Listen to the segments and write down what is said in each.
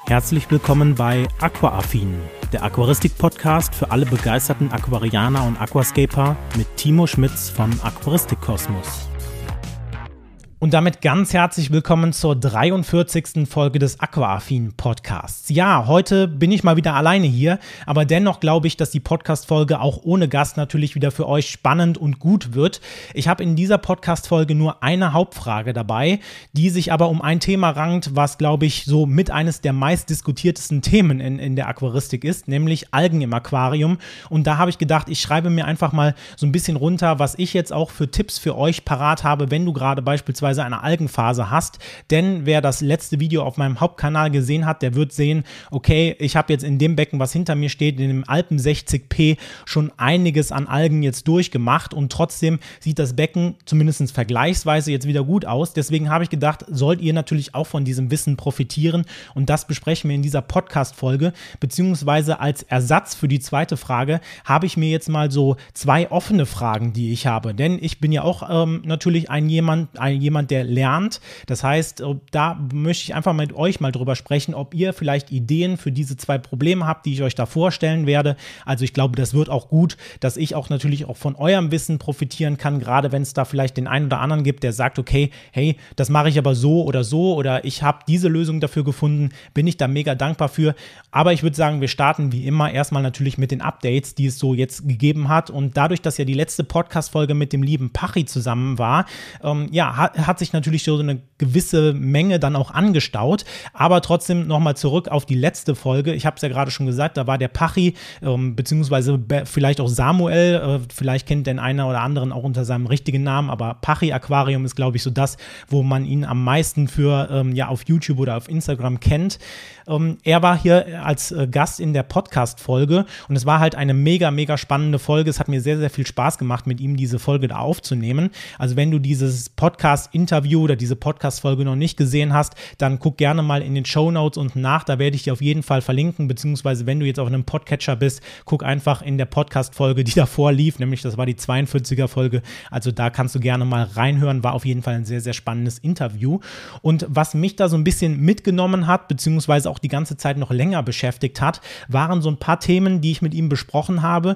Herzlich willkommen bei Aquaaffin, der Aquaristik-Podcast für alle begeisterten Aquarianer und Aquascaper mit Timo Schmitz von Aquaristik Kosmos. Und damit ganz herzlich willkommen zur 43. Folge des Aquaaffin Podcasts. Ja, heute bin ich mal wieder alleine hier, aber dennoch glaube ich, dass die Podcast-Folge auch ohne Gast natürlich wieder für euch spannend und gut wird. Ich habe in dieser Podcast-Folge nur eine Hauptfrage dabei, die sich aber um ein Thema rankt, was, glaube ich, so mit eines der meistdiskutiertesten Themen in der Aquaristik ist, nämlich Algen im Aquarium. Und da habe ich gedacht, ich schreibe mir einfach mal so ein bisschen runter, was ich jetzt auch für Tipps für euch parat habe, wenn du gerade beispielsweise eine Algenphase hast, denn wer das letzte Video auf meinem Hauptkanal gesehen hat, der wird sehen, okay, ich habe jetzt in dem Becken, was hinter mir steht, in dem Alpen 60P schon einiges an Algen jetzt durchgemacht und trotzdem sieht das Becken zumindest vergleichsweise jetzt wieder gut aus. Deswegen habe ich gedacht, sollt ihr natürlich auch von diesem Wissen profitieren und das besprechen wir in dieser Podcast-Folge, beziehungsweise als Ersatz für die zweite Frage habe ich mir jetzt mal so zwei offene Fragen, die ich habe, denn ich bin ja auch natürlich jemand, der lernt. Das heißt, da möchte ich einfach mit euch mal drüber sprechen, ob ihr vielleicht Ideen für diese zwei Probleme habt, die ich euch da vorstellen werde. Also ich glaube, das wird auch gut, dass ich auch natürlich auch von eurem Wissen profitieren kann, gerade wenn es da vielleicht den einen oder anderen gibt, der sagt, okay, hey, das mache ich aber so oder ich habe diese Lösung dafür gefunden, bin ich da mega dankbar für. Aber ich würde sagen, wir starten wie immer erstmal natürlich mit den Updates, die es so jetzt gegeben hat und dadurch, dass ja die letzte Podcast-Folge mit dem lieben Pachi zusammen war, hat sich natürlich so eine gewisse Menge dann auch angestaut, aber trotzdem nochmal zurück auf die letzte Folge. Ich habe es ja gerade schon gesagt, da war der Pachi, beziehungsweise vielleicht auch Samuel, vielleicht kennt den einer oder anderen auch unter seinem richtigen Namen, aber Pachi Aquarium ist, glaube ich, so das, wo man ihn am meisten für auf YouTube oder auf Instagram kennt. Er war hier als Gast in der Podcast-Folge und es war halt eine mega, mega spannende Folge. Es hat mir sehr, sehr viel Spaß gemacht, mit ihm diese Folge da aufzunehmen. Also wenn du dieses Podcast-Interview oder diese Podcast-Folge noch nicht gesehen hast, dann guck gerne mal in den Shownotes unten nach. Da werde ich dir auf jeden Fall verlinken, beziehungsweise wenn du jetzt auf einem Podcatcher bist, guck einfach in der Podcast-Folge, die davor lief, nämlich das war die 42er-Folge. Also da kannst du gerne mal reinhören. War auf jeden Fall ein sehr, sehr spannendes Interview. Und was mich da so ein bisschen mitgenommen hat, beziehungsweise auch die ganze Zeit noch länger beschäftigt hat, waren so ein paar Themen, die ich mit ihm besprochen habe,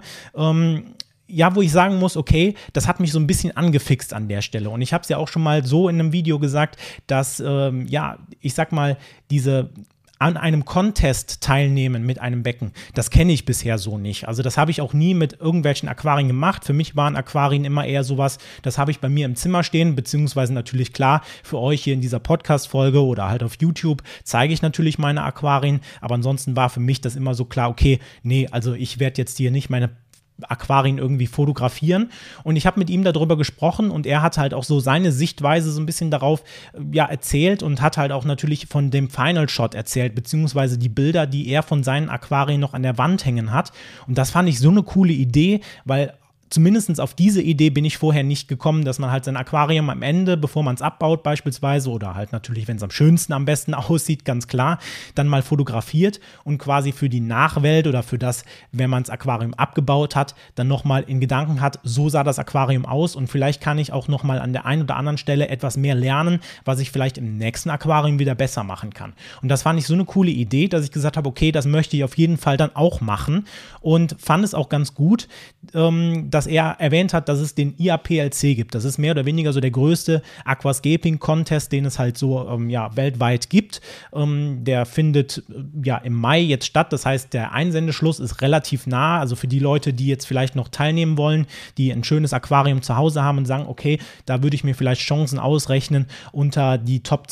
wo ich sagen muss, okay, das hat mich so ein bisschen angefixt an der Stelle. Und ich habe es ja auch schon mal so in einem Video gesagt, dass, ich sag mal, diese an einem Contest teilnehmen mit einem Becken, das kenne ich bisher so nicht. Also das habe ich auch nie mit irgendwelchen Aquarien gemacht. Für mich waren Aquarien immer eher sowas, das habe ich bei mir im Zimmer stehen, beziehungsweise natürlich klar, für euch hier in dieser Podcast-Folge oder halt auf YouTube zeige ich natürlich meine Aquarien, aber ansonsten war für mich das immer so klar, okay, nee, also ich werde jetzt hier nicht meine Aquarien irgendwie fotografieren und ich habe mit ihm darüber gesprochen und er hat halt auch so seine Sichtweise so ein bisschen darauf erzählt und hat halt auch natürlich von dem Final Shot erzählt, beziehungsweise die Bilder, die er von seinen Aquarien noch an der Wand hängen hat und das fand ich so eine coole Idee, weil zumindest auf diese Idee bin ich vorher nicht gekommen, dass man halt sein Aquarium am Ende, bevor man es abbaut beispielsweise oder halt natürlich, wenn es am schönsten am besten aussieht, ganz klar, dann mal fotografiert und quasi für die Nachwelt oder für das, wenn man das Aquarium abgebaut hat, dann nochmal in Gedanken hat, so sah das Aquarium aus und vielleicht kann ich auch nochmal an der einen oder anderen Stelle etwas mehr lernen, was ich vielleicht im nächsten Aquarium wieder besser machen kann. Und das fand ich so eine coole Idee, dass ich gesagt habe, okay, das möchte ich auf jeden Fall dann auch machen und fand es auch ganz gut, dass er erwähnt hat, dass es den IAPLC gibt. Das ist mehr oder weniger so der größte Aquascaping-Contest, den es halt so weltweit gibt. Der findet im Mai jetzt statt. Das heißt, der Einsendeschluss ist relativ nah. Also für die Leute, die jetzt vielleicht noch teilnehmen wollen, die ein schönes Aquarium zu Hause haben und sagen, okay, da würde ich mir vielleicht Chancen ausrechnen, unter die Top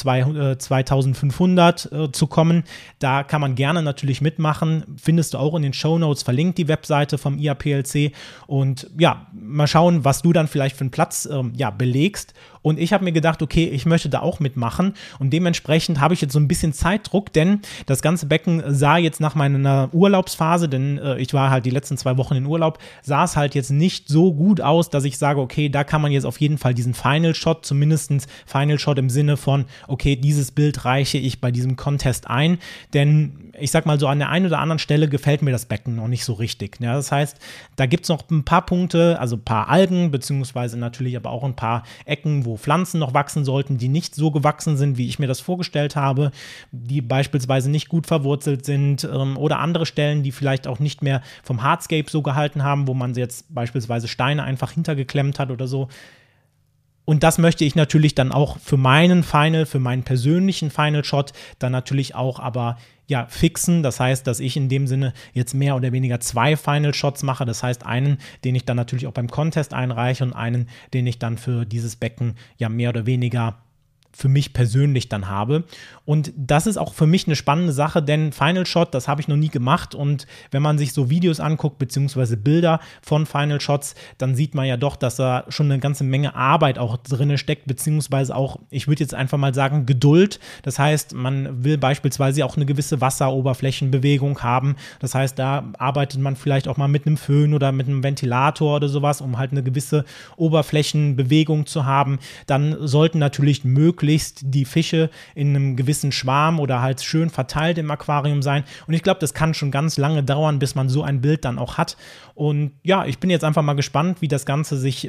2500 zu kommen. Da kann man gerne natürlich mitmachen. Findest du auch in den Shownotes verlinkt, die Webseite vom IAPLC. Und mal schauen, was du dann vielleicht für einen Platz belegst. Und ich habe mir gedacht, okay, ich möchte da auch mitmachen. Und dementsprechend habe ich jetzt so ein bisschen Zeitdruck, denn das ganze Becken sah jetzt nach meiner Urlaubsphase, denn ich war halt die letzten 2 Wochen in Urlaub, sah es halt jetzt nicht so gut aus, dass ich sage, okay, da kann man jetzt auf jeden Fall diesen Final Shot, zumindest Final Shot im Sinne von, okay, dieses Bild reiche ich bei diesem Contest ein, denn ich sag mal so, an der einen oder anderen Stelle gefällt mir das Becken noch nicht so richtig. Ja, das heißt, da gibt es noch ein paar Punkte, Punkte, also ein paar Algen, beziehungsweise natürlich aber auch ein paar Ecken, wo Pflanzen noch wachsen sollten, die nicht so gewachsen sind, wie ich mir das vorgestellt habe, die beispielsweise nicht gut verwurzelt sind oder andere Stellen, die vielleicht auch nicht mehr vom Hardscape so gehalten haben, wo man jetzt beispielsweise Steine einfach hintergeklemmt hat oder so. Und das möchte ich natürlich dann auch für meinen persönlichen Final Shot dann natürlich auch aber fixen. Das heißt, dass ich in dem Sinne jetzt mehr oder weniger 2 Final Shots mache. Das heißt, einen, den ich dann natürlich auch beim Contest einreiche und einen, den ich dann für dieses Becken mehr oder weniger für mich persönlich dann habe. Und das ist auch für mich eine spannende Sache, denn Final Shot, das habe ich noch nie gemacht, und wenn man sich so Videos anguckt, beziehungsweise Bilder von Final Shots, dann sieht man ja doch, dass da schon eine ganze Menge Arbeit auch drin steckt, beziehungsweise auch, ich würde jetzt einfach mal sagen, Geduld. Das heißt, man will beispielsweise auch eine gewisse Wasseroberflächenbewegung haben. Das heißt, da arbeitet man vielleicht auch mal mit einem Föhn oder mit einem Ventilator oder sowas, um halt eine gewisse Oberflächenbewegung zu haben. Dann sollten natürlich möglichst die Fische in einem gewissen Schwarm oder halt schön verteilt im Aquarium sein. Und ich glaube, das kann schon ganz lange dauern, bis man so ein Bild dann auch hat. Und ich bin jetzt einfach mal gespannt, wie das Ganze sich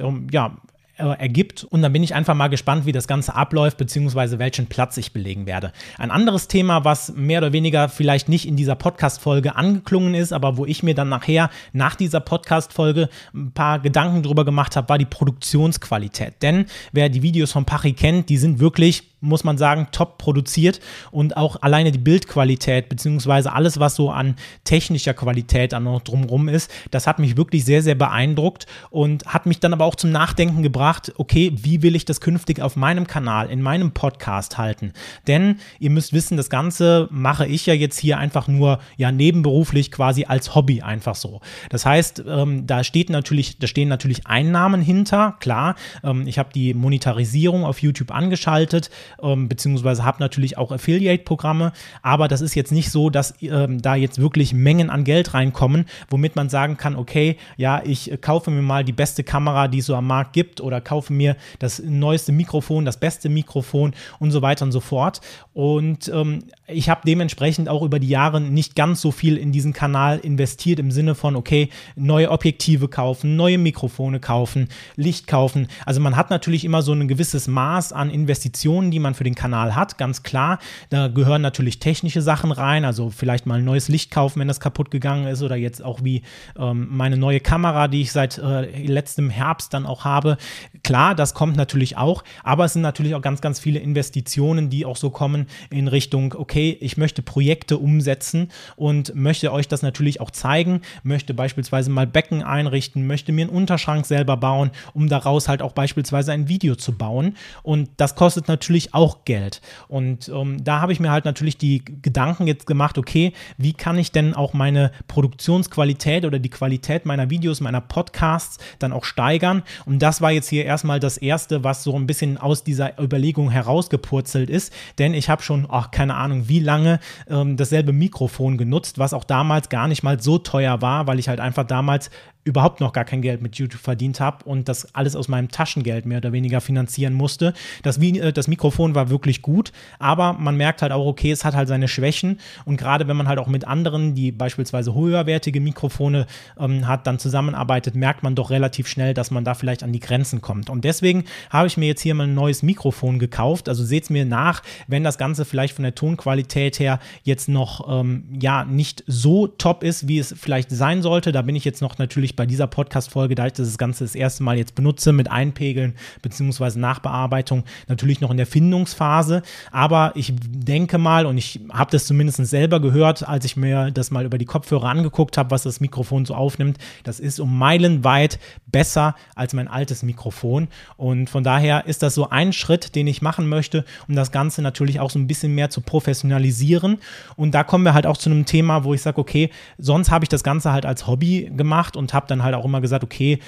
ergibt. Und dann bin ich einfach mal gespannt, wie das Ganze abläuft, beziehungsweise welchen Platz ich belegen werde. Ein anderes Thema, was mehr oder weniger vielleicht nicht in dieser Podcast-Folge angeklungen ist, aber wo ich mir dann nachher nach dieser Podcast-Folge ein paar Gedanken drüber gemacht habe, war die Produktionsqualität. Denn wer die Videos von Pachi kennt, die sind wirklich, muss man sagen, top produziert, und auch alleine die Bildqualität, beziehungsweise alles, was so an technischer Qualität dann noch drumherum ist, das hat mich wirklich sehr, sehr beeindruckt und hat mich dann aber auch zum Nachdenken gebracht, okay, wie will ich das künftig auf meinem Kanal, in meinem Podcast halten? Denn ihr müsst wissen, das Ganze mache ich ja jetzt hier einfach nur nebenberuflich quasi als Hobby einfach so. Das heißt, da stehen natürlich Einnahmen hinter, klar. Ich habe die Monetarisierung auf YouTube angeschaltet, beziehungsweise habe natürlich auch Affiliate-Programme, aber das ist jetzt nicht so, dass da jetzt wirklich Mengen an Geld reinkommen, womit man sagen kann, okay, ich kaufe mir mal die beste Kamera, die es so am Markt gibt, oder kaufe mir das neueste Mikrofon, das beste Mikrofon und so weiter und so fort. Und ich habe dementsprechend auch über die Jahre nicht ganz so viel in diesen Kanal investiert, im Sinne von, okay, neue Objektive kaufen, neue Mikrofone kaufen, Licht kaufen. Also man hat natürlich immer so ein gewisses Maß an Investitionen, die man für den Kanal hat, ganz klar. Da gehören natürlich technische Sachen rein, also vielleicht mal ein neues Licht kaufen, wenn das kaputt gegangen ist, oder jetzt auch wie meine neue Kamera, die ich seit letztem Herbst dann auch habe. Klar, das kommt natürlich auch, aber es sind natürlich auch ganz, ganz viele Investitionen, die auch so kommen in Richtung, okay, ich möchte Projekte umsetzen und möchte euch das natürlich auch zeigen, möchte beispielsweise mal Becken einrichten, möchte mir einen Unterschrank selber bauen, um daraus halt auch beispielsweise ein Video zu bauen, und das kostet natürlich auch Geld. Und da habe ich mir halt natürlich die Gedanken jetzt gemacht, okay, wie kann ich denn auch meine Produktionsqualität oder die Qualität meiner Videos, meiner Podcasts dann auch steigern? Und das war jetzt hier erstmal das Erste, was so ein bisschen aus dieser Überlegung herausgepurzelt ist, denn ich habe schon, keine Ahnung, wie lange dasselbe Mikrofon genutzt, was auch damals gar nicht mal so teuer war, weil ich halt einfach damals überhaupt noch gar kein Geld mit YouTube verdient habe und das alles aus meinem Taschengeld mehr oder weniger finanzieren musste. Das Mikrofon war wirklich gut, aber man merkt halt auch, okay, es hat halt seine Schwächen, und gerade wenn man halt auch mit anderen, die beispielsweise höherwertige Mikrofone hat, dann zusammenarbeitet, merkt man doch relativ schnell, dass man da vielleicht an die Grenzen kommt. Und deswegen habe ich mir jetzt hier mal ein neues Mikrofon gekauft, also seht es mir nach, wenn das Ganze vielleicht von der Tonqualität her jetzt noch nicht so top ist, wie es vielleicht sein sollte. Da bin ich jetzt noch natürlich bei dieser Podcast-Folge, da ich das Ganze das erste Mal jetzt benutze, mit Einpegeln bzw. Nachbearbeitung, natürlich noch in der Findungsphase, aber ich denke mal, und ich habe das zumindest selber gehört, als ich mir das mal über die Kopfhörer angeguckt habe, was das Mikrofon so aufnimmt, das ist um meilenweit besser als mein altes Mikrofon, und von daher ist das so ein Schritt, den ich machen möchte, um das Ganze natürlich auch so ein bisschen mehr zu professionalisieren, und da kommen wir halt auch zu einem Thema, wo ich sage, okay, sonst habe ich das Ganze halt als Hobby gemacht und habe dann halt auch immer gesagt, okay,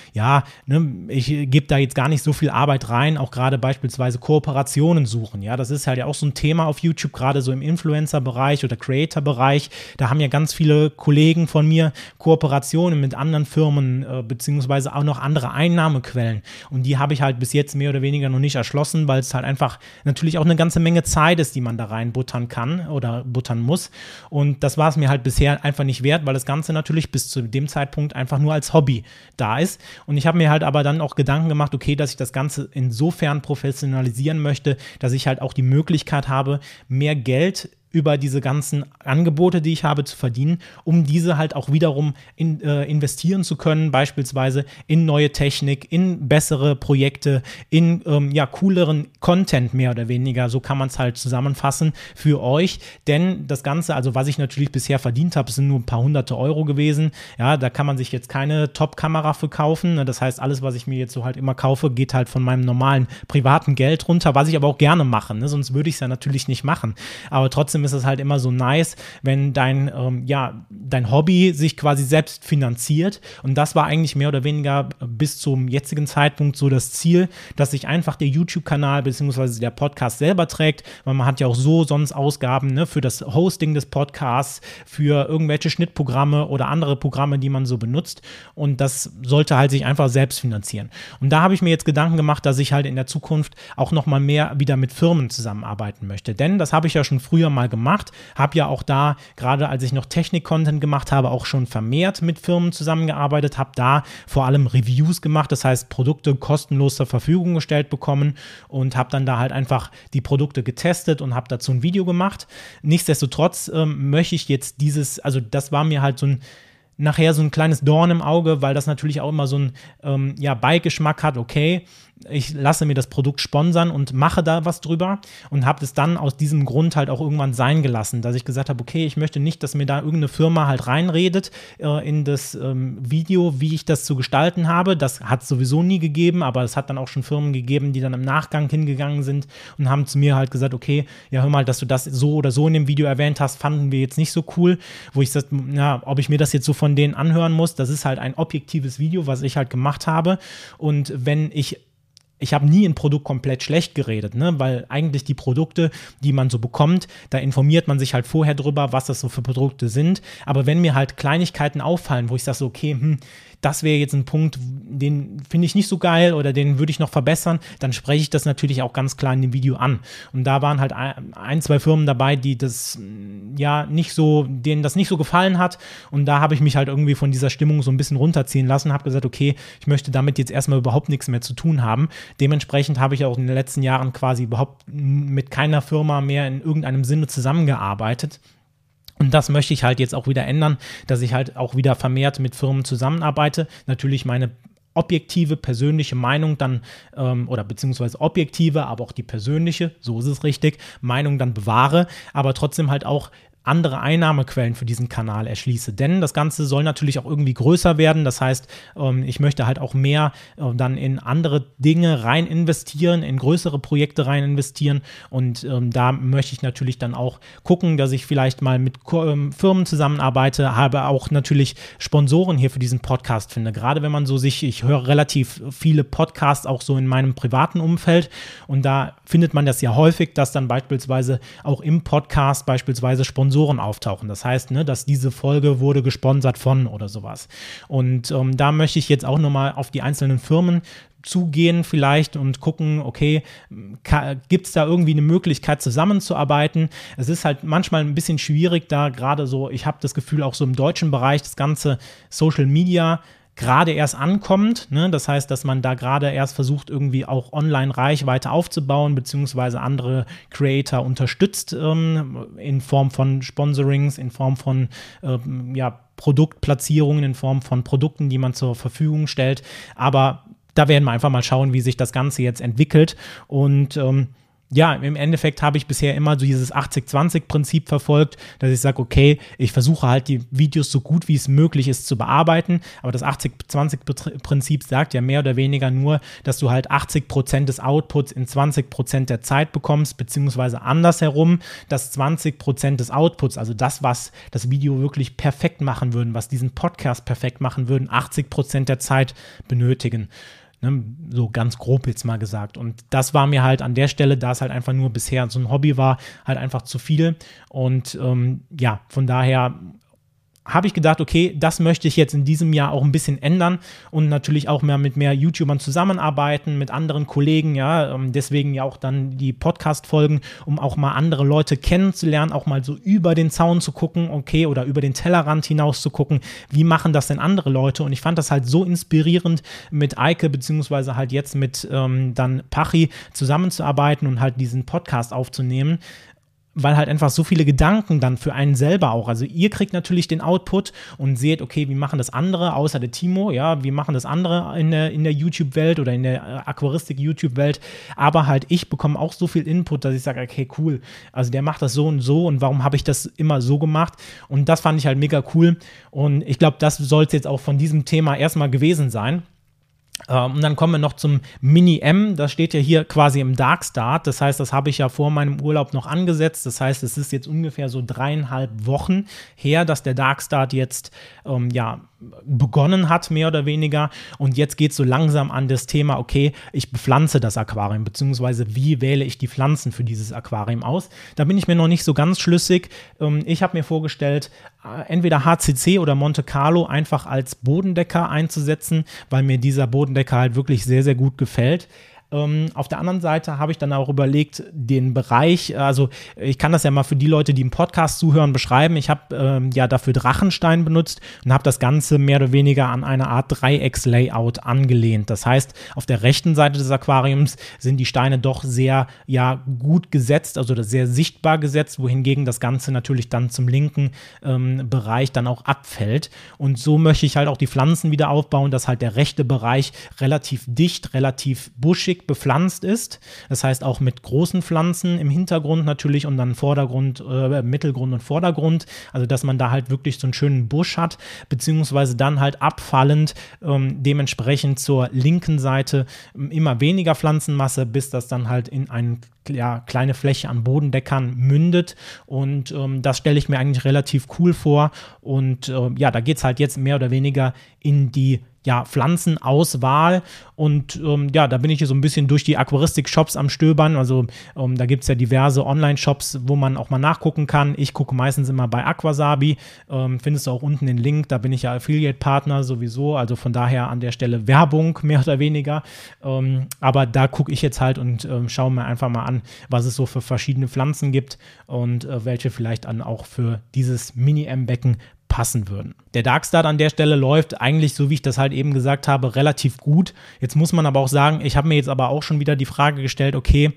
ich gebe da jetzt gar nicht so viel Arbeit rein, auch gerade beispielsweise Kooperationen suchen, das ist halt ja auch so ein Thema auf YouTube, gerade so im Influencer-Bereich oder Creator-Bereich, da haben ja ganz viele Kollegen von mir Kooperationen mit anderen Firmen, beziehungsweise auch noch andere Einnahmequellen, und die habe ich halt bis jetzt mehr oder weniger noch nicht erschlossen, weil es halt einfach natürlich auch eine ganze Menge Zeit ist, die man da reinbuttern kann oder buttern muss, und das war es mir halt bisher einfach nicht wert, weil das Ganze natürlich bis zu dem Zeitpunkt einfach nur als als Hobby da ist. Und ich habe mir halt aber dann auch Gedanken gemacht, okay, dass ich das Ganze insofern professionalisieren möchte, dass ich halt auch die Möglichkeit habe, mehr Geld über diese ganzen Angebote, die ich habe, zu verdienen, um diese halt auch wiederum investieren zu können, beispielsweise in neue Technik, in bessere Projekte, in cooleren Content mehr oder weniger. So kann man es halt zusammenfassen für euch, denn das Ganze, also was ich natürlich bisher verdient habe, sind nur ein paar hunderte Euro gewesen. Ja, da kann man sich jetzt keine Top-Kamera für kaufen. Das heißt, alles, was ich mir jetzt so halt immer kaufe, geht halt von meinem normalen privaten Geld runter, was ich aber auch gerne mache, ne? Sonst würde ich es ja natürlich nicht machen. Aber trotzdem ist es halt immer so nice, wenn dein Hobby sich quasi selbst finanziert, und das war eigentlich mehr oder weniger bis zum jetzigen Zeitpunkt so das Ziel, dass sich einfach der YouTube-Kanal bzw. der Podcast selber trägt, weil man hat ja auch so sonst Ausgaben, ne, für das Hosting des Podcasts, für irgendwelche Schnittprogramme oder andere Programme, die man so benutzt, und das sollte halt sich einfach selbst finanzieren. Und da habe ich mir jetzt Gedanken gemacht, dass ich halt in der Zukunft auch nochmal mehr wieder mit Firmen zusammenarbeiten möchte, denn das habe ich ja schon früher mal gemacht, habe ja auch da, gerade als ich noch Technik-Content gemacht habe, auch schon vermehrt mit Firmen zusammengearbeitet, habe da vor allem Reviews gemacht, das heißt Produkte kostenlos zur Verfügung gestellt bekommen und habe dann da halt einfach die Produkte getestet und habe dazu ein Video gemacht. Nichtsdestotrotz möchte ich jetzt das war mir halt nachher so ein kleines Dorn im Auge, weil das natürlich auch immer so ein Beigeschmack hat, okay, ich lasse mir das Produkt sponsern und mache da was drüber, und habe es dann aus diesem Grund halt auch irgendwann sein gelassen, dass ich gesagt habe, okay, ich möchte nicht, dass mir da irgendeine Firma halt reinredet in das Video, wie ich das zu gestalten habe. Das hat es sowieso nie gegeben, aber es hat dann auch schon Firmen gegeben, die dann im Nachgang hingegangen sind und haben zu mir halt gesagt, okay, ja, hör mal, dass du das so oder so in dem Video erwähnt hast, fanden wir jetzt nicht so cool, wo ich sagte, ob ich mir das jetzt so von denen anhören muss, das ist halt ein objektives Video, was ich halt gemacht habe, und wenn ich habe nie ein Produkt komplett schlecht geredet, ne? Weil eigentlich die Produkte, die man so bekommt, da informiert man sich halt vorher drüber, was das so für Produkte sind. Aber wenn mir halt Kleinigkeiten auffallen, wo ich sage so, okay, das wäre jetzt ein Punkt, den finde ich nicht so geil oder den würde ich noch verbessern, dann spreche ich das natürlich auch ganz klar in dem Video an. Und da waren halt ein, zwei Firmen dabei, die das denen das nicht so gefallen hat, und da habe ich mich halt irgendwie von dieser Stimmung so ein bisschen runterziehen lassen, habe gesagt, okay, ich möchte damit jetzt erstmal überhaupt nichts mehr zu tun haben. Dementsprechend habe ich auch in den letzten Jahren quasi überhaupt mit keiner Firma mehr in irgendeinem Sinne zusammengearbeitet. Und das möchte ich halt jetzt auch wieder ändern, dass ich halt auch wieder vermehrt mit Firmen zusammenarbeite. Natürlich meine objektive, persönliche Meinung dann, oder beziehungsweise objektive, aber auch die persönliche, so ist es richtig, Meinung dann bewahre, aber trotzdem halt auch andere Einnahmequellen für diesen Kanal erschließe. Denn das Ganze soll natürlich auch irgendwie größer werden. Das heißt, ich möchte halt auch mehr dann in andere Dinge rein investieren, in größere Projekte rein investieren. Und da möchte ich natürlich dann auch gucken, dass ich vielleicht mal mit Firmen zusammenarbeite, habe auch natürlich Sponsoren hier für diesen Podcast finde. Gerade wenn man ich höre relativ viele Podcasts auch so in meinem privaten Umfeld, und da findet man das ja häufig, dass dann beispielsweise auch im Podcast beispielsweise Sponsoren auftauchen. Das heißt, ne, dass diese Folge wurde gesponsert von oder sowas. Und da möchte ich jetzt auch nochmal auf die einzelnen Firmen zugehen vielleicht und gucken, okay, gibt es da irgendwie eine Möglichkeit zusammenzuarbeiten? Es ist halt manchmal ein bisschen schwierig, da gerade so, ich habe das Gefühl, auch so im deutschen Bereich, das ganze Social Media gerade erst ankommt, ne? Das heißt, dass man da gerade erst versucht, irgendwie auch Online-Reichweite aufzubauen, beziehungsweise andere Creator unterstützt in Form von Sponsorings, in Form von Produktplatzierungen, in Form von Produkten, die man zur Verfügung stellt. Aber da werden wir einfach mal schauen, wie sich das Ganze jetzt entwickelt. Und im Endeffekt habe ich bisher immer so dieses 80-20-Prinzip verfolgt, dass ich sage, okay, ich versuche halt die Videos so gut wie es möglich ist zu bearbeiten, aber das 80-20-Prinzip sagt ja mehr oder weniger nur, dass du halt 80% des Outputs in 20% der Zeit bekommst, beziehungsweise andersherum, dass 20% des Outputs, also das, was das Video wirklich perfekt machen würden, was diesen Podcast perfekt machen würden, 80% der Zeit benötigen. Ne, so ganz grob jetzt mal gesagt. Und das war mir halt an der Stelle, da es halt einfach nur bisher so ein Hobby war, halt einfach zu viel. Und von daher habe ich gedacht, okay, das möchte ich jetzt in diesem Jahr auch ein bisschen ändern und natürlich auch mehr mit mehr YouTubern zusammenarbeiten, mit anderen Kollegen, ja, deswegen ja auch dann die Podcast-Folgen, um auch mal andere Leute kennenzulernen, auch mal so über den Zaun zu gucken, okay, oder über den Tellerrand hinaus zu gucken, wie machen das denn andere Leute? Und ich fand das halt so inspirierend, mit Eike beziehungsweise halt jetzt mit dann Pachi zusammenzuarbeiten und halt diesen Podcast aufzunehmen, weil halt einfach so viele Gedanken dann für einen selber auch, also ihr kriegt natürlich den Output und seht, okay, wie machen das andere, außer der Timo, ja, wie machen das andere in der YouTube-Welt oder in der Aquaristik-YouTube-Welt, aber halt ich bekomme auch so viel Input, dass ich sage, okay, cool, also der macht das so und warum habe ich das immer so gemacht und das fand ich halt mega cool und ich glaube, das soll es jetzt auch von diesem Thema erstmal gewesen sein. Und dann kommen wir noch zum Mini-M, das steht ja hier quasi im Dark Start, das heißt, das habe ich ja vor meinem Urlaub noch angesetzt, das heißt, es ist jetzt ungefähr so 3,5 Wochen her, dass der Dark Start jetzt begonnen hat, mehr oder weniger, und jetzt geht es so langsam an das Thema, okay, ich bepflanze das Aquarium, beziehungsweise wie wähle ich die Pflanzen für dieses Aquarium aus, da bin ich mir noch nicht so ganz schlüssig, ich habe mir vorgestellt, entweder HCC oder Monte Carlo einfach als Bodendecker einzusetzen, weil mir dieser Bodendecker halt wirklich sehr, sehr gut gefällt. Auf der anderen Seite habe ich dann auch überlegt, den Bereich, also ich kann das ja mal für die Leute, die im Podcast zuhören, beschreiben. Ich habe dafür Drachenstein benutzt und habe das Ganze mehr oder weniger an eine Art Dreiecks-Layout angelehnt. Das heißt, auf der rechten Seite des Aquariums sind die Steine doch sehr gut gesetzt, also sehr sichtbar gesetzt, wohingegen das Ganze natürlich dann zum linken Bereich dann auch abfällt. Und so möchte ich halt auch die Pflanzen wieder aufbauen, dass halt der rechte Bereich relativ dicht, relativ buschig bepflanzt ist. Das heißt auch mit großen Pflanzen im Hintergrund natürlich und dann Vordergrund, Mittelgrund und Vordergrund. Also dass man da halt wirklich so einen schönen Busch hat, beziehungsweise dann halt abfallend dementsprechend zur linken Seite immer weniger Pflanzenmasse, bis das dann halt in eine kleine Fläche an Bodendeckern mündet und das stelle ich mir eigentlich relativ cool vor und da geht es halt jetzt mehr oder weniger in die Pflanzenauswahl und da bin ich hier so ein bisschen durch die Aquaristik-Shops am Stöbern, also da gibt es ja diverse Online-Shops, wo man auch mal nachgucken kann. Ich gucke meistens immer bei Aquasabi, findest du auch unten den Link, da bin ich ja Affiliate-Partner sowieso, also von daher an der Stelle Werbung, mehr oder weniger, aber da gucke ich jetzt halt und schaue mir einfach mal an, was es so für verschiedene Pflanzen gibt und welche vielleicht dann auch für dieses Mini-M-Becken passen würden. Der Darkstart an der Stelle läuft eigentlich, so wie ich das halt eben gesagt habe, relativ gut. Jetzt muss man aber auch sagen, ich habe mir jetzt aber auch schon wieder die Frage gestellt, okay,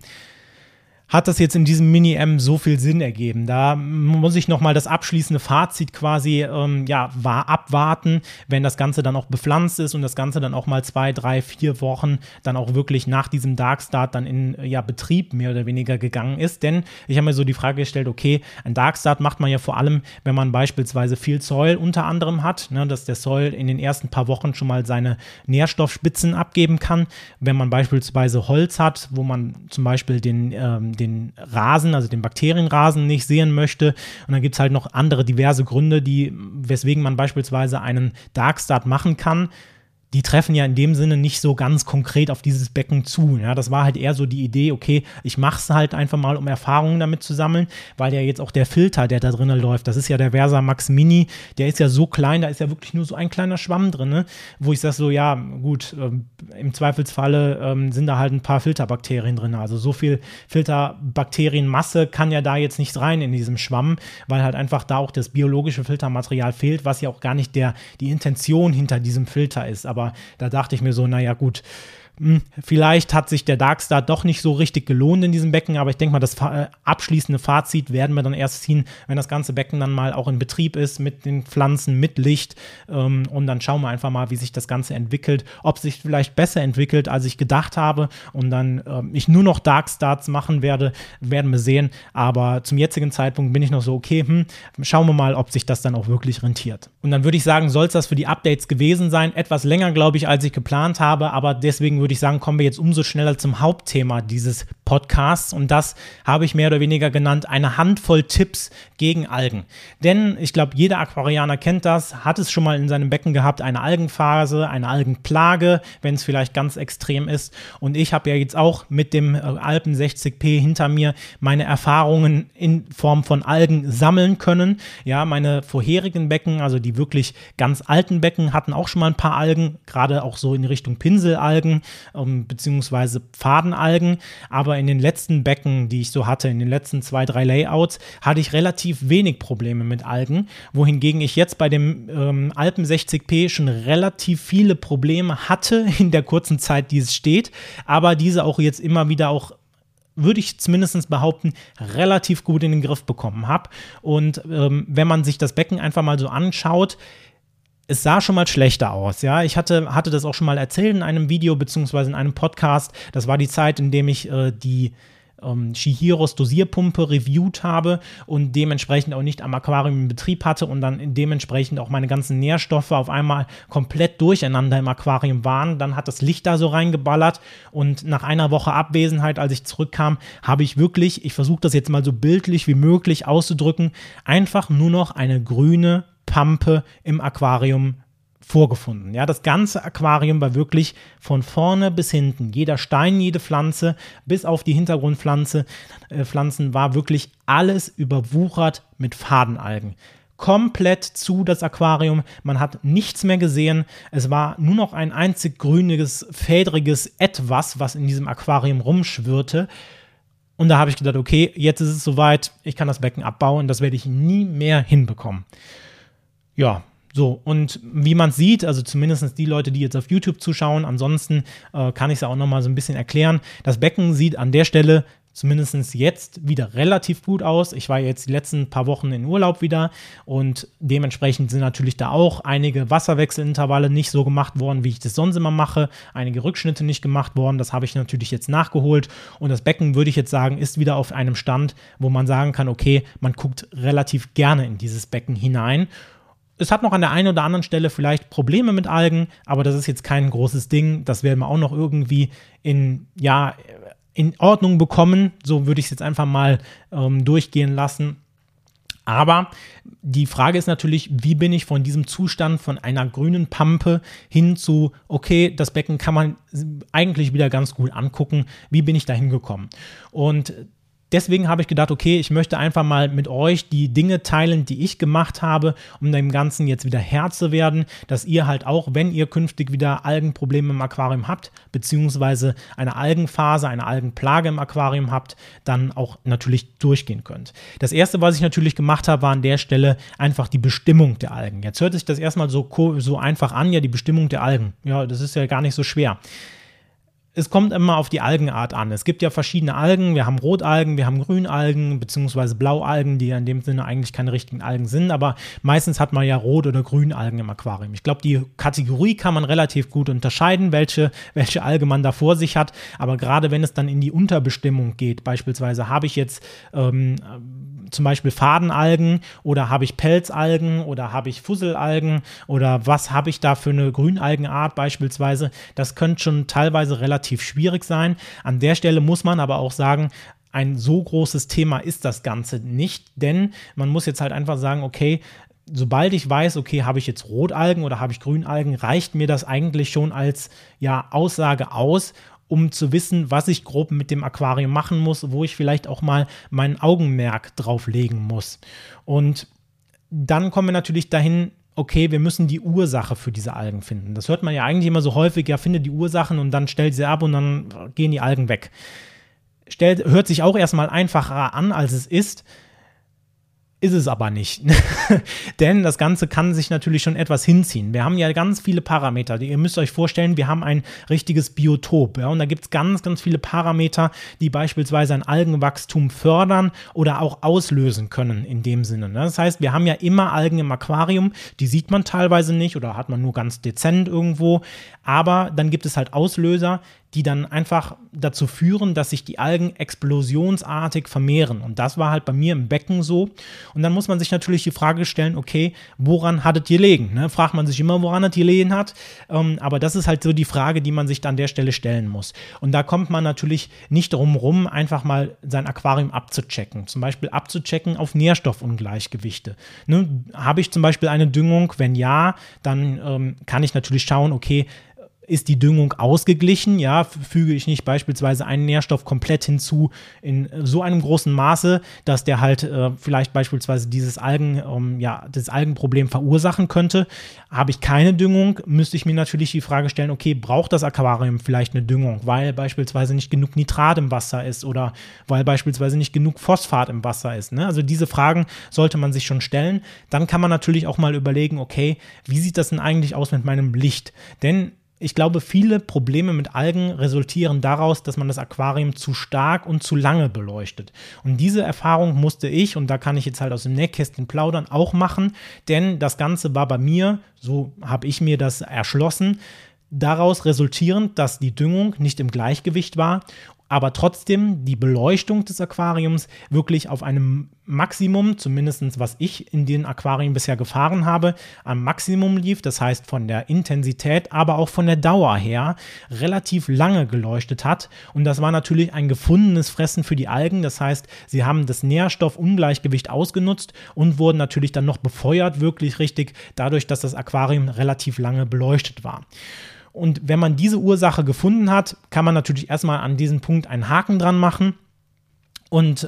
hat das jetzt in diesem Mini-M so viel Sinn ergeben? Da muss ich nochmal das abschließende Fazit quasi abwarten, wenn das Ganze dann auch bepflanzt ist und das Ganze dann auch mal 2, 3, 4 Wochen dann auch wirklich nach diesem Darkstart dann in Betrieb mehr oder weniger gegangen ist. Denn ich habe mir so die Frage gestellt, okay, ein Darkstart macht man ja vor allem, wenn man beispielsweise viel Soil unter anderem hat, ne, dass der Soil in den ersten paar Wochen schon mal seine Nährstoffspitzen abgeben kann. Wenn man beispielsweise Holz hat, wo man zum Beispiel den Rasen, also den Bakterienrasen nicht sehen möchte. Und dann gibt es halt noch andere diverse Gründe, weswegen man beispielsweise einen Darkstart machen kann. Die treffen ja in dem Sinne nicht so ganz konkret auf dieses Becken zu. Ja, das war halt eher so die Idee, okay, ich mache es halt einfach mal, um Erfahrungen damit zu sammeln, weil ja jetzt auch der Filter, der da drinnen läuft, das ist ja der Versamax Mini, der ist ja so klein, da ist ja wirklich nur so ein kleiner Schwamm drin, ne? Wo ich sage so, ja gut, im Zweifelsfalle sind da halt ein paar Filterbakterien drin, also so viel Filterbakterienmasse kann ja da jetzt nicht rein in diesem Schwamm, weil halt einfach da auch das biologische Filtermaterial fehlt, was ja auch gar nicht die Intention hinter diesem Filter ist, aber da dachte ich mir so, naja gut, vielleicht hat sich der Darkstart doch nicht so richtig gelohnt in diesem Becken, aber ich denke mal, das abschließende Fazit werden wir dann erst ziehen, wenn das ganze Becken dann mal auch in Betrieb ist, mit den Pflanzen, mit Licht und dann schauen wir einfach mal, wie sich das Ganze entwickelt, ob sich vielleicht besser entwickelt, als ich gedacht habe und dann ich nur noch Darkstarts machen werde, werden wir sehen, aber zum jetzigen Zeitpunkt bin ich noch so, okay, schauen wir mal, ob sich das dann auch wirklich rentiert. Und dann würde ich sagen, soll es das für die Updates gewesen sein, etwas länger, glaube ich, als ich geplant habe, aber deswegen würde würde ich sagen, kommen wir jetzt umso schneller zum Hauptthema dieses Podcasts und das habe ich mehr oder weniger genannt, eine Handvoll Tipps gegen Algen. Denn ich glaube, jeder Aquarianer kennt das, hat es schon mal in seinem Becken gehabt, eine Algenphase, eine Algenplage, wenn es vielleicht ganz extrem ist. Und ich habe ja jetzt auch mit dem Alpen 60P hinter mir meine Erfahrungen in Form von Algen sammeln können. Ja, meine vorherigen Becken, also die wirklich ganz alten Becken, hatten auch schon mal ein paar Algen, gerade auch so in Richtung Pinselalgen beziehungsweise Fadenalgen, aber in den letzten Becken, die ich so hatte, in den letzten 2-3 Layouts, hatte ich relativ wenig Probleme mit Algen, wohingegen ich jetzt bei dem Alpen 60P schon relativ viele Probleme hatte in der kurzen Zeit, die es steht, aber diese auch jetzt immer wieder auch, würde ich zumindest behaupten, relativ gut in den Griff bekommen habe. Und wenn man sich das Becken einfach mal so anschaut, es sah schon mal schlechter aus, ja. Ich hatte das auch schon mal erzählt in einem Video beziehungsweise in einem Podcast. Das war die Zeit, in dem ich die Shihiros Dosierpumpe reviewt habe und dementsprechend auch nicht am Aquarium in Betrieb hatte und dann dementsprechend auch meine ganzen Nährstoffe auf einmal komplett durcheinander im Aquarium waren. Dann hat das Licht da so reingeballert und nach einer Woche Abwesenheit, als ich zurückkam, habe ich wirklich, ich versuche das jetzt mal so bildlich wie möglich auszudrücken, einfach nur noch eine grüne Pampe im Aquarium vorgefunden. Ja, das ganze Aquarium war wirklich von vorne bis hinten. Jeder Stein, jede Pflanze, bis auf die Hintergrundpflanzen war wirklich alles überwuchert mit Fadenalgen. Komplett zu das Aquarium. Man hat nichts mehr gesehen. Es war nur noch ein einzig grüniges, fädriges Etwas, was in diesem Aquarium rumschwirrte. Und da habe ich gedacht, okay, jetzt ist es soweit, ich kann das Becken abbauen. Das werde ich nie mehr hinbekommen. Ja, so, und wie man sieht, also zumindest die Leute, die jetzt auf YouTube zuschauen, ansonsten kann ich es auch nochmal so ein bisschen erklären. Das Becken sieht an der Stelle zumindest jetzt wieder relativ gut aus. Ich war jetzt die letzten paar Wochen in Urlaub wieder und dementsprechend sind natürlich da auch einige Wasserwechselintervalle nicht so gemacht worden, wie ich das sonst immer mache. Einige Rückschnitte nicht gemacht worden, das habe ich natürlich jetzt nachgeholt und das Becken, würde ich jetzt sagen, ist wieder auf einem Stand, wo man sagen kann, okay, man guckt relativ gerne in dieses Becken hinein. Es hat noch an der einen oder anderen Stelle vielleicht Probleme mit Algen, aber das ist jetzt kein großes Ding. Das werden wir auch noch irgendwie in Ordnung bekommen. So würde ich es jetzt einfach mal durchgehen lassen. Aber die Frage ist natürlich, wie bin ich von diesem Zustand von einer grünen Pampe hin zu, okay, das Becken kann man eigentlich wieder ganz gut angucken. Wie bin ich da hingekommen? Und deswegen habe ich gedacht, okay, ich möchte einfach mal mit euch die Dinge teilen, die ich gemacht habe, um dem Ganzen jetzt wieder Herr zu werden, dass ihr halt auch, wenn ihr künftig wieder Algenprobleme im Aquarium habt, beziehungsweise eine Algenphase, eine Algenplage im Aquarium habt, dann auch natürlich durchgehen könnt. Das erste, was ich natürlich gemacht habe, war an der Stelle einfach die Bestimmung der Algen. Jetzt hört sich das erstmal so einfach an, ja, die Bestimmung der Algen. Ja, das ist ja gar nicht so schwer. Es kommt immer auf die Algenart an. Es gibt ja verschiedene Algen. Wir haben Rotalgen, wir haben Grünalgen beziehungsweise Blaualgen, die ja in dem Sinne eigentlich keine richtigen Algen sind, aber meistens hat man ja Rot- oder Grünalgen im Aquarium. Ich glaube, die Kategorie kann man relativ gut unterscheiden, welche Alge man da vor sich hat, aber gerade wenn es dann in die Unterbestimmung geht, beispielsweise habe ich jetzt zum Beispiel Fadenalgen oder habe ich Pelzalgen oder habe ich Fusselalgen oder was habe ich da für eine Grünalgenart beispielsweise, das könnte schon teilweise relativ schwierig sein. An der Stelle muss man aber auch sagen, ein so großes Thema ist das Ganze nicht, denn man muss jetzt halt einfach sagen, okay, sobald ich weiß, okay, habe ich jetzt Rotalgen oder habe ich Grünalgen, reicht mir das eigentlich schon als Aussage aus, um zu wissen, was ich grob mit dem Aquarium machen muss, wo ich vielleicht auch mal mein Augenmerk drauf legen muss. Und dann kommen wir natürlich dahin, okay, wir müssen die Ursache für diese Algen finden. Das hört man ja eigentlich immer so häufig, ja, finde die Ursachen und dann stellt sie ab und dann gehen die Algen weg. Hört sich auch erstmal einfacher an, als es ist es aber nicht. Denn das Ganze kann sich natürlich schon etwas hinziehen. Wir haben ja ganz viele Parameter. Ihr müsst euch vorstellen, wir haben ein richtiges Biotop. Ja, und da gibt es ganz, ganz viele Parameter, die beispielsweise ein Algenwachstum fördern oder auch auslösen können in dem Sinne. Das heißt, wir haben ja immer Algen im Aquarium, die sieht man teilweise nicht oder hat man nur ganz dezent irgendwo. Aber dann gibt es halt Auslöser, die dann einfach dazu führen, dass sich die Algen explosionsartig vermehren. Und das war halt bei mir im Becken so. Und dann muss man sich natürlich die Frage stellen, okay, woran hat es gelegen? Ne? Fragt man sich immer, woran es gelegen hat. Aber das ist halt so die Frage, die man sich dann an der Stelle stellen muss. Und da kommt man natürlich nicht drum rum, einfach mal sein Aquarium abzuchecken. Zum Beispiel abzuchecken auf Nährstoffungleichgewichte. Ne? Habe ich zum Beispiel eine Düngung? Wenn ja, dann kann ich natürlich schauen, okay, ist die Düngung ausgeglichen? Ja, füge ich nicht beispielsweise einen Nährstoff komplett hinzu in so einem großen Maße, dass der halt vielleicht beispielsweise das Algenproblem verursachen könnte. Habe ich keine Düngung, müsste ich mir natürlich die Frage stellen, okay, braucht das Aquarium vielleicht eine Düngung, weil beispielsweise nicht genug Nitrat im Wasser ist oder weil beispielsweise nicht genug Phosphat im Wasser ist. Ne? Also diese Fragen sollte man sich schon stellen. Dann kann man natürlich auch mal überlegen, okay, wie sieht das denn eigentlich aus mit meinem Licht? Denn ich glaube, viele Probleme mit Algen resultieren daraus, dass man das Aquarium zu stark und zu lange beleuchtet. Und diese Erfahrung musste ich, und da kann ich jetzt halt aus dem Nähkästchen plaudern, auch machen, denn das Ganze war bei mir, so habe ich mir das erschlossen, daraus resultierend, dass die Düngung nicht im Gleichgewicht war, aber trotzdem die Beleuchtung des Aquariums wirklich auf einem Maximum, zumindest was ich in den Aquarien bisher gefahren habe, am Maximum lief. Das heißt von der Intensität, aber auch von der Dauer her relativ lange geleuchtet hat. Und das war natürlich ein gefundenes Fressen für die Algen. Das heißt, sie haben das Nährstoffungleichgewicht ausgenutzt und wurden natürlich dann noch befeuert, wirklich richtig, dadurch, dass das Aquarium relativ lange beleuchtet war. Und wenn man diese Ursache gefunden hat, kann man natürlich erstmal an diesem Punkt einen Haken dran machen und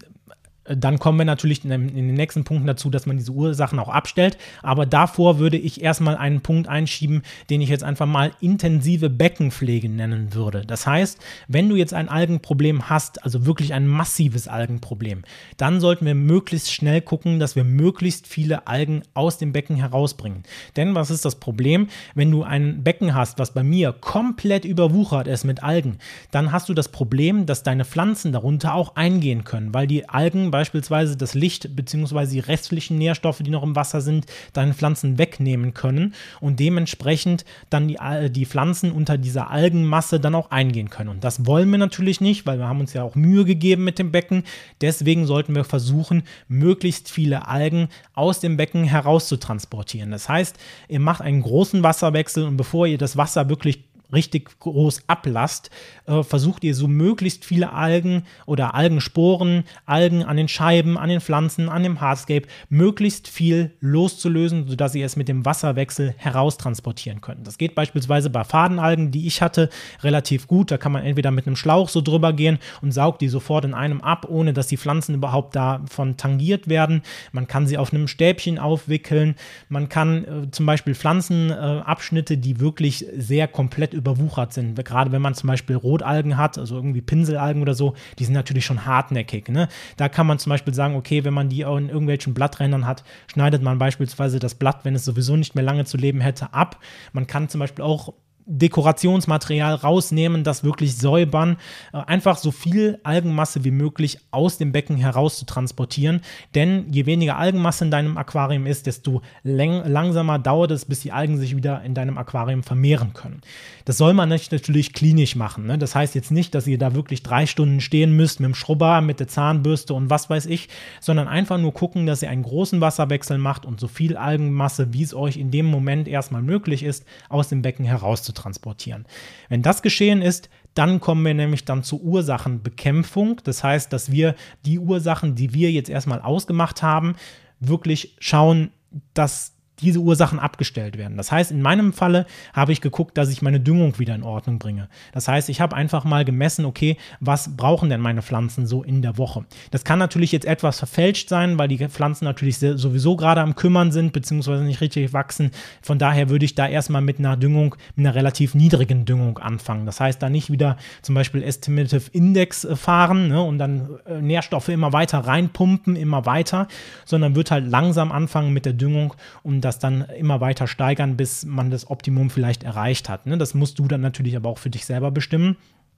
dann kommen wir natürlich in den nächsten Punkten dazu, dass man diese Ursachen auch abstellt. Aber davor würde ich erstmal einen Punkt einschieben, den ich jetzt einfach mal intensive Beckenpflege nennen würde. Das heißt, wenn du jetzt ein Algenproblem hast, also wirklich ein massives Algenproblem, dann sollten wir möglichst schnell gucken, dass wir möglichst viele Algen aus dem Becken herausbringen. Denn was ist das Problem? Wenn du ein Becken hast, was bei mir komplett überwuchert ist mit Algen, dann hast du das Problem, dass deine Pflanzen darunter auch eingehen können, weil die Algen beispielsweise das Licht bzw. die restlichen Nährstoffe, die noch im Wasser sind, deinen Pflanzen wegnehmen können und dementsprechend dann die Pflanzen unter dieser Algenmasse dann auch eingehen können. Und das wollen wir natürlich nicht, weil wir haben uns ja auch Mühe gegeben mit dem Becken. Deswegen sollten wir versuchen, möglichst viele Algen aus dem Becken herauszutransportieren. Das heißt, ihr macht einen großen Wasserwechsel und bevor ihr das Wasser wirklich richtig groß ablasst, versucht ihr so möglichst viele Algen oder Algensporen, Algen an den Scheiben, an den Pflanzen, an dem Hardscape, möglichst viel loszulösen, sodass ihr es mit dem Wasserwechsel heraustransportieren könnt. Das geht beispielsweise bei Fadenalgen, die ich hatte, relativ gut. Da kann man entweder mit einem Schlauch so drüber gehen und saugt die sofort in einem ab, ohne dass die Pflanzen überhaupt davon tangiert werden. Man kann sie auf einem Stäbchen aufwickeln. Man kann zum Beispiel Pflanzenabschnitte, die wirklich sehr komplett überwuchert sind. Gerade wenn man zum Beispiel Rotalgen hat, also irgendwie Pinselalgen oder so, die sind natürlich schon hartnäckig. Ne? Da kann man zum Beispiel sagen, okay, wenn man die auch in irgendwelchen Blatträndern hat, schneidet man beispielsweise das Blatt, wenn es sowieso nicht mehr lange zu leben hätte, ab. Man kann zum Beispiel auch Dekorationsmaterial rausnehmen, das wirklich säubern, einfach so viel Algenmasse wie möglich aus dem Becken heraus zu transportieren, denn je weniger Algenmasse in deinem Aquarium ist, desto langsamer dauert es, bis die Algen sich wieder in deinem Aquarium vermehren können. Das soll man natürlich klinisch machen, ne? Das heißt jetzt nicht, dass ihr da wirklich 3 Stunden stehen müsst mit dem Schrubber, mit der Zahnbürste und was weiß ich, sondern einfach nur gucken, dass ihr einen großen Wasserwechsel macht und so viel Algenmasse, wie es euch in dem Moment erstmal möglich ist, aus dem Becken heraus zu transportieren. Wenn das geschehen ist, dann kommen wir nämlich dann zur Ursachenbekämpfung. Das heißt, dass wir die Ursachen, die wir jetzt erstmal ausgemacht haben, wirklich schauen, dass diese Ursachen abgestellt werden. Das heißt, in meinem Falle habe ich geguckt, dass ich meine Düngung wieder in Ordnung bringe. Das heißt, ich habe einfach mal gemessen, okay, was brauchen denn meine Pflanzen so in der Woche? Das kann natürlich jetzt etwas verfälscht sein, weil die Pflanzen natürlich sowieso gerade am Kümmern sind, beziehungsweise nicht richtig wachsen. Von daher würde ich da erstmal mit einer Düngung, mit einer relativ niedrigen Düngung anfangen. Das heißt, da nicht wieder zum Beispiel Estimative Index fahren, ne, und dann Nährstoffe immer weiter reinpumpen, immer weiter, sondern wird halt langsam anfangen mit der Düngung und das dann immer weiter steigern, bis man das Optimum vielleicht erreicht hat. Ne? Das musst du dann natürlich aber auch für dich selber bestimmen.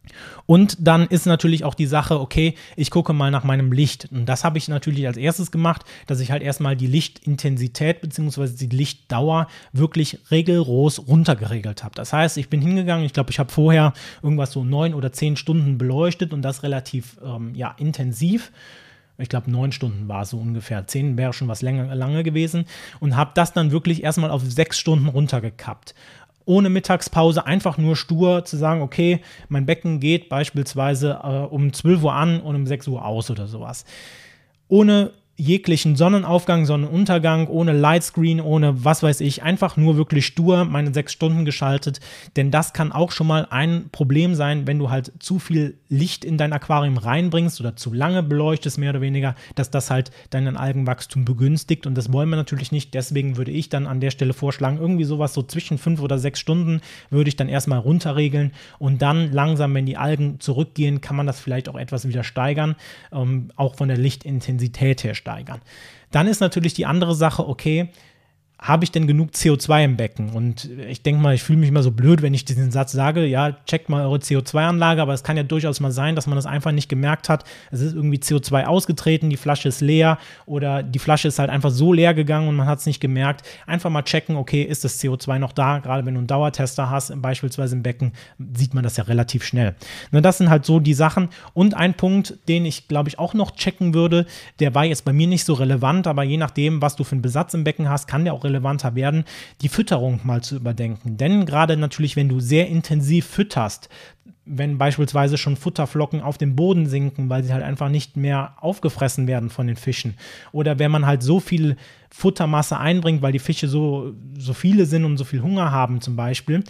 Und dann ist natürlich auch die Sache, okay, ich gucke mal nach meinem Licht. Und das habe ich natürlich als erstes gemacht, dass ich halt erstmal die Lichtintensität bzw. die Lichtdauer wirklich rigoros runtergeregelt habe. Das heißt, ich bin hingegangen, ich glaube, ich habe vorher irgendwas so 9 oder 10 Stunden beleuchtet und das relativ intensiv. Ich glaube, 9 Stunden war es so ungefähr. 10 wäre schon was lange gewesen. Und habe das dann wirklich erstmal auf 6 Stunden runtergekappt. Ohne Mittagspause, einfach nur stur zu sagen, okay, mein Becken geht beispielsweise um 12 Uhr an und um 6 Uhr aus oder sowas. Ohne jeglichen Sonnenaufgang, Sonnenuntergang, ohne Lightscreen, ohne was weiß ich, einfach nur wirklich stur meine 6 Stunden geschaltet, denn das kann auch schon mal ein Problem sein, wenn du halt zu viel Licht in dein Aquarium reinbringst oder zu lange beleuchtest, mehr oder weniger, dass das halt deinen Algenwachstum begünstigt und das wollen wir natürlich nicht, deswegen würde ich dann an der Stelle vorschlagen, irgendwie sowas so zwischen 5 oder 6 Stunden würde ich dann erstmal runterregeln und dann langsam, wenn die Algen zurückgehen, kann man das vielleicht auch etwas wieder steigern, auch von der Lichtintensität her steigern. Dann ist natürlich die andere Sache, okay, habe ich denn genug CO2 im Becken? Und ich denke mal, ich fühle mich immer so blöd, wenn ich diesen Satz sage, ja, checkt mal eure CO2-Anlage, aber es kann ja durchaus mal sein, dass man das einfach nicht gemerkt hat. Es ist irgendwie CO2 ausgetreten, die Flasche ist leer oder die Flasche ist halt einfach so leer gegangen und man hat es nicht gemerkt. Einfach mal checken, okay, ist das CO2 noch da? Gerade wenn du einen Dauertester hast, beispielsweise im Becken, sieht man das ja relativ schnell. Na, das sind halt so die Sachen. Und ein Punkt, den ich, glaube ich, auch noch checken würde, der war jetzt bei mir nicht so relevant, aber je nachdem, was du für einen Besatz im Becken hast, kann der auch relevanter werden, die Fütterung mal zu überdenken. Denn gerade natürlich, wenn du sehr intensiv fütterst, wenn beispielsweise schon Futterflocken auf den Boden sinken, weil sie halt einfach nicht mehr aufgefressen werden von den Fischen. Oder wenn man halt so viel Futtermasse einbringt, weil die Fische so viele sind und so viel Hunger haben zum Beispiel,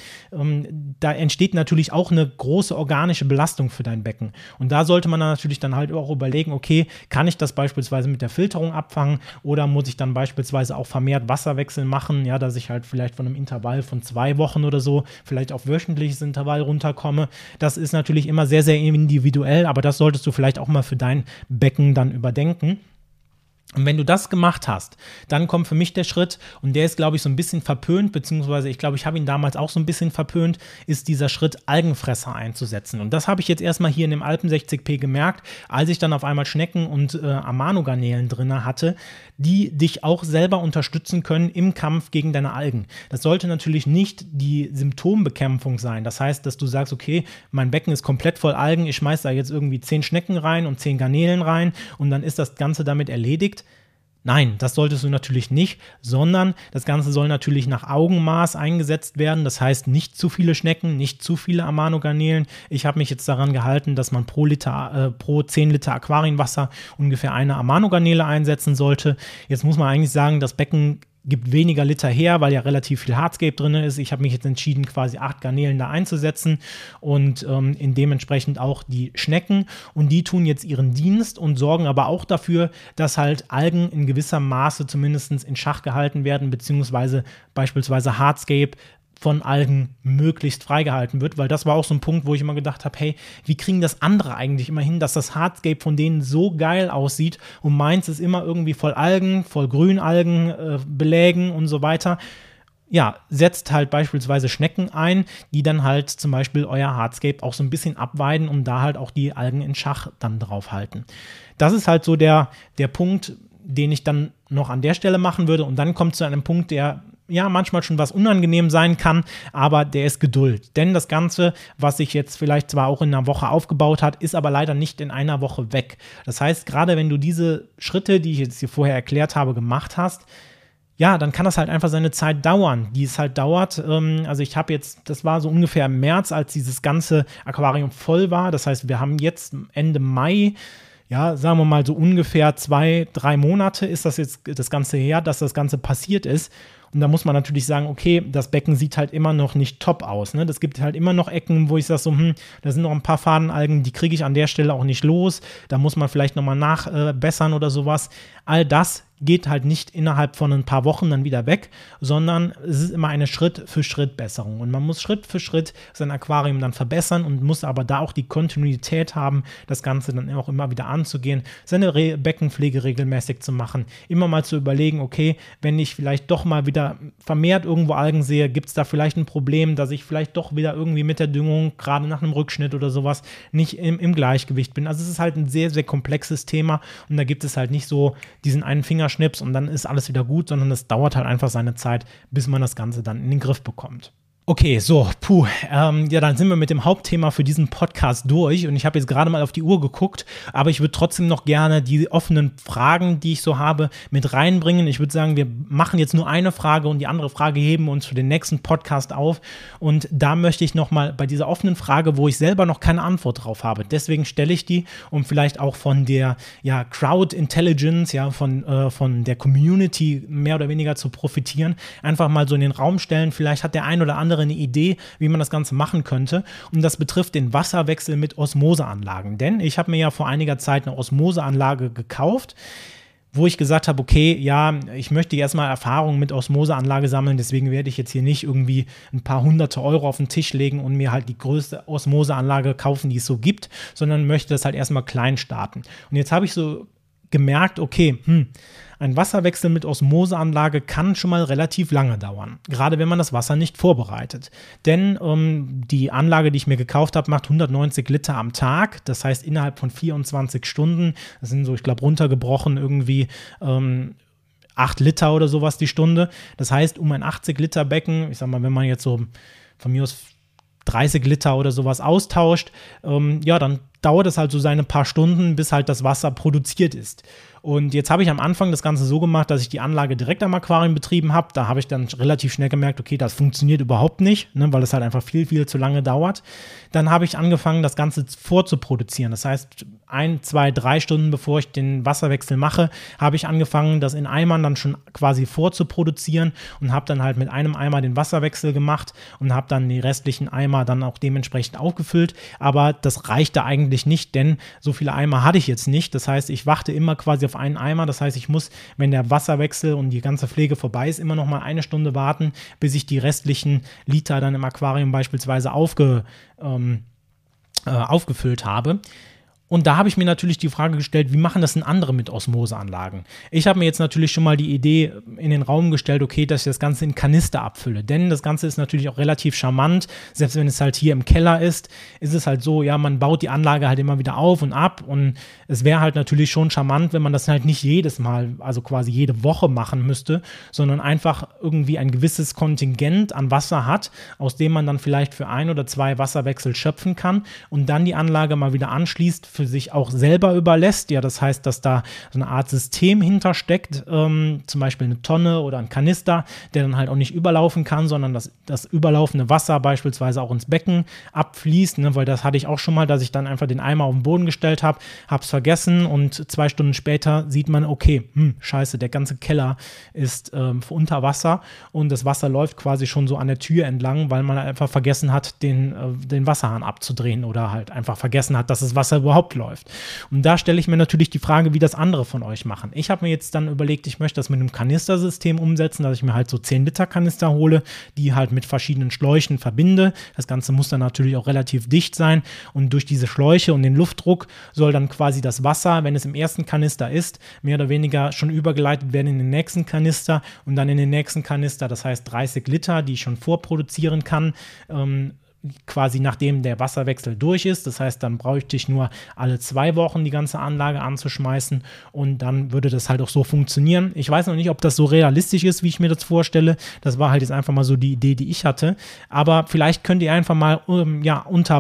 da entsteht natürlich auch eine große organische Belastung für dein Becken. Und da sollte man dann natürlich dann halt auch überlegen, okay, kann ich das beispielsweise mit der Filterung abfangen oder muss ich dann beispielsweise auch vermehrt Wasserwechsel machen, ja, dass ich halt vielleicht von einem Intervall von 2 Wochen oder so vielleicht auf wöchentliches Intervall runterkomme. Das ist natürlich immer sehr, sehr individuell, aber das solltest du vielleicht auch mal für dein Becken dann überdenken. Und wenn du das gemacht hast, dann kommt für mich der Schritt, und der ist, glaube ich, so ein bisschen verpönt, beziehungsweise ich glaube, ich habe ihn damals auch so ein bisschen verpönt, ist dieser Schritt, Algenfresser einzusetzen. Und das habe ich jetzt erstmal hier in dem Alpen 60p gemerkt, als ich dann auf einmal Schnecken und Amanogarnelen drin hatte, die dich auch selber unterstützen können im Kampf gegen deine Algen. Das sollte natürlich nicht die Symptombekämpfung sein. Das heißt, dass du sagst, okay, mein Becken ist komplett voll Algen, ich schmeiße da jetzt irgendwie 10 Schnecken rein und 10 Garnelen rein und dann ist das Ganze damit erledigt. Nein, das solltest du natürlich nicht, sondern das Ganze soll natürlich nach Augenmaß eingesetzt werden. Das heißt, nicht zu viele Schnecken, nicht zu viele Amanogarnelen. Ich habe mich jetzt daran gehalten, dass man pro 10 Liter Aquarienwasser ungefähr eine Amanogarnele einsetzen sollte. Jetzt muss man eigentlich sagen, das Becken gibt weniger Liter her, weil ja relativ viel Hardscape drin ist. Ich habe mich jetzt entschieden, quasi 8 Garnelen da einzusetzen und in dementsprechend auch die Schnecken. Und die tun jetzt ihren Dienst und sorgen aber auch dafür, dass halt Algen in gewisser Maße zumindest in Schach gehalten werden, beziehungsweise beispielsweise Hardscape von Algen möglichst freigehalten wird, weil das war auch so ein Punkt, wo ich immer gedacht habe, hey, wie kriegen das andere eigentlich immer hin, dass das Hardscape von denen so geil aussieht und meins ist immer irgendwie voll Algen, voll Grünalgen, Belägen und so weiter. Ja, setzt halt beispielsweise Schnecken ein, die dann halt zum Beispiel euer Hardscape auch so ein bisschen abweiden und da halt auch die Algen in Schach dann drauf halten. Das ist halt so der Punkt, den ich dann noch an der Stelle machen würde und dann kommt zu einem Punkt, der ja manchmal schon was unangenehm sein kann, aber der ist Geduld. Denn das Ganze, was sich jetzt vielleicht zwar auch in einer Woche aufgebaut hat, ist aber leider nicht in einer Woche weg. Das heißt, gerade wenn du diese Schritte, die ich jetzt hier vorher erklärt habe, gemacht hast, ja, dann kann das halt einfach seine Zeit dauern, die es halt dauert. Also ich habe jetzt, das war so ungefähr im März, als dieses ganze Aquarium voll war. Das heißt, wir haben jetzt Ende Mai, ja, sagen wir mal so ungefähr 2-3 Monate ist das jetzt das Ganze her, dass das Ganze passiert ist. Und da muss man natürlich sagen, okay, das Becken sieht halt immer noch nicht top aus. Ne? Das gibt halt immer noch Ecken, wo ich sage so, da sind noch ein paar Fadenalgen, die kriege ich an der Stelle auch nicht los. Da muss man vielleicht nochmal nachbessern oder sowas. All das geht halt nicht innerhalb von ein paar Wochen dann wieder weg, sondern es ist immer eine Schritt-für-Schritt-Besserung. Und man muss Schritt für Schritt sein Aquarium dann verbessern und muss aber da auch die Kontinuität haben, das Ganze dann auch immer wieder anzugehen, seine Beckenpflege regelmäßig zu machen, immer mal zu überlegen, okay, wenn ich vielleicht doch mal wieder vermehrt irgendwo Algen sehe, gibt es da vielleicht ein Problem, dass ich vielleicht doch wieder irgendwie mit der Düngung, gerade nach einem Rückschnitt oder sowas, nicht im Gleichgewicht bin. Also es ist halt ein sehr, sehr komplexes Thema und da gibt es halt nicht so diesen einen Fingerschnips und dann ist alles wieder gut, sondern es dauert halt einfach seine Zeit, bis man das Ganze dann in den Griff bekommt. Okay, so, dann sind wir mit dem Hauptthema für diesen Podcast durch und ich habe jetzt gerade mal auf die Uhr geguckt, aber ich würde trotzdem noch gerne die offenen Fragen, die ich so habe, mit reinbringen. Ich würde sagen, wir machen jetzt nur eine Frage und die andere Frage heben wir uns für den nächsten Podcast auf und da möchte ich nochmal bei dieser offenen Frage, wo ich selber noch keine Antwort drauf habe, deswegen stelle ich die, um vielleicht auch von der Crowd Intelligence, von der Community mehr oder weniger zu profitieren, einfach mal so in den Raum stellen. Vielleicht hat der ein oder andere eine Idee, wie man das Ganze machen könnte. Und das betrifft den Wasserwechsel mit Osmoseanlagen. Denn ich habe mir ja vor einiger Zeit eine Osmoseanlage gekauft, wo ich gesagt habe, okay, ich möchte erstmal Erfahrungen mit Osmoseanlage sammeln, deswegen werde ich jetzt hier nicht irgendwie ein paar hunderte Euro auf den Tisch legen und mir halt die größte Osmoseanlage kaufen, die es so gibt, sondern möchte das halt erstmal klein starten. Und jetzt habe ich so gemerkt, okay, ein Wasserwechsel mit Osmoseanlage kann schon mal relativ lange dauern, gerade wenn man das Wasser nicht vorbereitet. Denn die Anlage, die ich mir gekauft habe, macht 190 Liter am Tag, das heißt innerhalb von 24 Stunden, das sind so, ich glaube, runtergebrochen irgendwie 8 Liter oder sowas die Stunde. Das heißt, um ein 80 Liter Becken, ich sag mal, wenn man jetzt so von mir aus 30 Liter oder sowas austauscht, dann dauert es halt so seine paar Stunden, bis halt das Wasser produziert ist. Und jetzt habe ich am Anfang das Ganze so gemacht, dass ich die Anlage direkt am Aquarium betrieben habe. Da habe ich dann relativ schnell gemerkt, okay, das funktioniert überhaupt nicht, weil es halt einfach viel, viel zu lange dauert. Dann habe ich angefangen, das Ganze vorzuproduzieren. Das heißt, 1, 2, 3 Stunden bevor ich den Wasserwechsel mache, habe ich angefangen, das in Eimern dann schon quasi vorzuproduzieren und habe dann halt mit einem Eimer den Wasserwechsel gemacht und habe dann die restlichen Eimer dann auch dementsprechend aufgefüllt. Aber das reichte eigentlich nicht, denn so viele Eimer hatte ich jetzt nicht. Das heißt, ich warte immer quasi auf einen Eimer. Das heißt, ich muss, wenn der Wasserwechsel und die ganze Pflege vorbei ist, immer noch mal 1 Stunde warten, bis ich die restlichen Liter dann im Aquarium beispielsweise aufgefüllt habe. Und da habe ich mir natürlich die Frage gestellt, wie machen das denn andere mit Osmoseanlagen? Ich habe mir jetzt natürlich schon mal die Idee in den Raum gestellt, okay, dass ich das Ganze in Kanister abfülle. Denn das Ganze ist natürlich auch relativ charmant. Selbst wenn es halt hier im Keller ist es halt so, man baut die Anlage halt immer wieder auf und ab. Und es wäre halt natürlich schon charmant, wenn man das halt nicht jedes Mal, also quasi jede Woche machen müsste, sondern einfach irgendwie ein gewisses Kontingent an Wasser hat, aus dem man dann vielleicht für 1 oder 2 Wasserwechsel schöpfen kann und dann die Anlage mal wieder anschließt, für sich auch selber überlässt. Ja, das heißt, dass da so eine Art System hintersteckt, zum Beispiel eine Tonne oder ein Kanister, der dann halt auch nicht überlaufen kann, sondern das überlaufende Wasser beispielsweise auch ins Becken abfließt, weil das hatte ich auch schon mal, dass ich dann einfach den Eimer auf den Boden gestellt habe, habe es vergessen und 2 Stunden später sieht man, okay, scheiße, der ganze Keller ist unter Wasser und das Wasser läuft quasi schon so an der Tür entlang, weil man einfach vergessen hat, den Wasserhahn abzudrehen oder halt einfach vergessen hat, dass das Wasser überhaupt läuft. Und da stelle ich mir natürlich die Frage, wie das andere von euch machen. Ich habe mir jetzt dann überlegt, ich möchte das mit einem Kanistersystem umsetzen, dass ich mir halt so 10 Liter Kanister hole, die halt mit verschiedenen Schläuchen verbinde. Das Ganze muss dann natürlich auch relativ dicht sein und durch diese Schläuche und den Luftdruck soll dann quasi das Wasser, wenn es im ersten Kanister ist, mehr oder weniger schon übergeleitet werden in den nächsten Kanister und dann in den nächsten Kanister, das heißt 30 Liter, die ich schon vorproduzieren kann, quasi nachdem der Wasserwechsel durch ist. Das heißt, dann bräuchte ich nur alle 2 Wochen die ganze Anlage anzuschmeißen und dann würde das halt auch so funktionieren. Ich weiß noch nicht, ob das so realistisch ist, wie ich mir das vorstelle. Das war halt jetzt einfach mal so die Idee, die ich hatte. Aber vielleicht könnt ihr einfach mal unter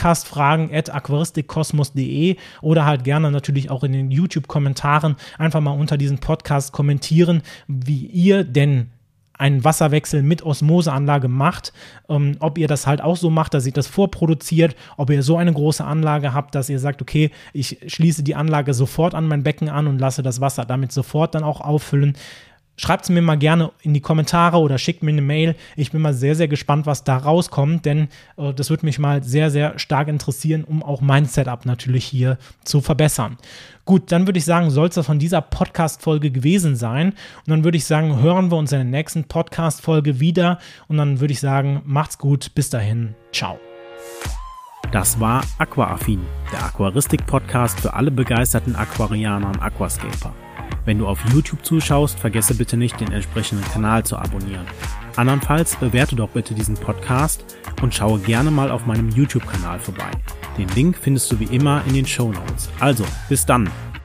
podcastfragen@aquaristikkosmos.de oder halt gerne natürlich auch in den YouTube-Kommentaren einfach mal unter diesen Podcast kommentieren, wie ihr denn einen Wasserwechsel mit Osmoseanlage macht, ob ihr das halt auch so macht, dass ihr das vorproduziert, ob ihr so eine große Anlage habt, dass ihr sagt, okay, ich schließe die Anlage sofort an mein Becken an und lasse das Wasser damit sofort dann auch auffüllen. schreibt es mir mal gerne in die Kommentare oder schickt mir eine Mail. Ich bin mal sehr, sehr gespannt, was da rauskommt, denn das würde mich mal sehr, sehr stark interessieren, um auch mein Setup natürlich hier zu verbessern. Gut, dann würde ich sagen, soll es das von dieser Podcast-Folge gewesen sein. Und dann würde ich sagen, hören wir uns in der nächsten Podcast-Folge wieder. Und dann würde ich sagen, macht's gut, bis dahin, ciao. Das war Aquaaffin, der Aquaristik-Podcast für alle begeisterten Aquarianer und Aquascaper. Wenn du auf YouTube zuschaust, vergesse bitte nicht, den entsprechenden Kanal zu abonnieren. Andernfalls bewerte doch bitte diesen Podcast und schaue gerne mal auf meinem YouTube-Kanal vorbei. Den Link findest du wie immer in den Shownotes. Also, bis dann!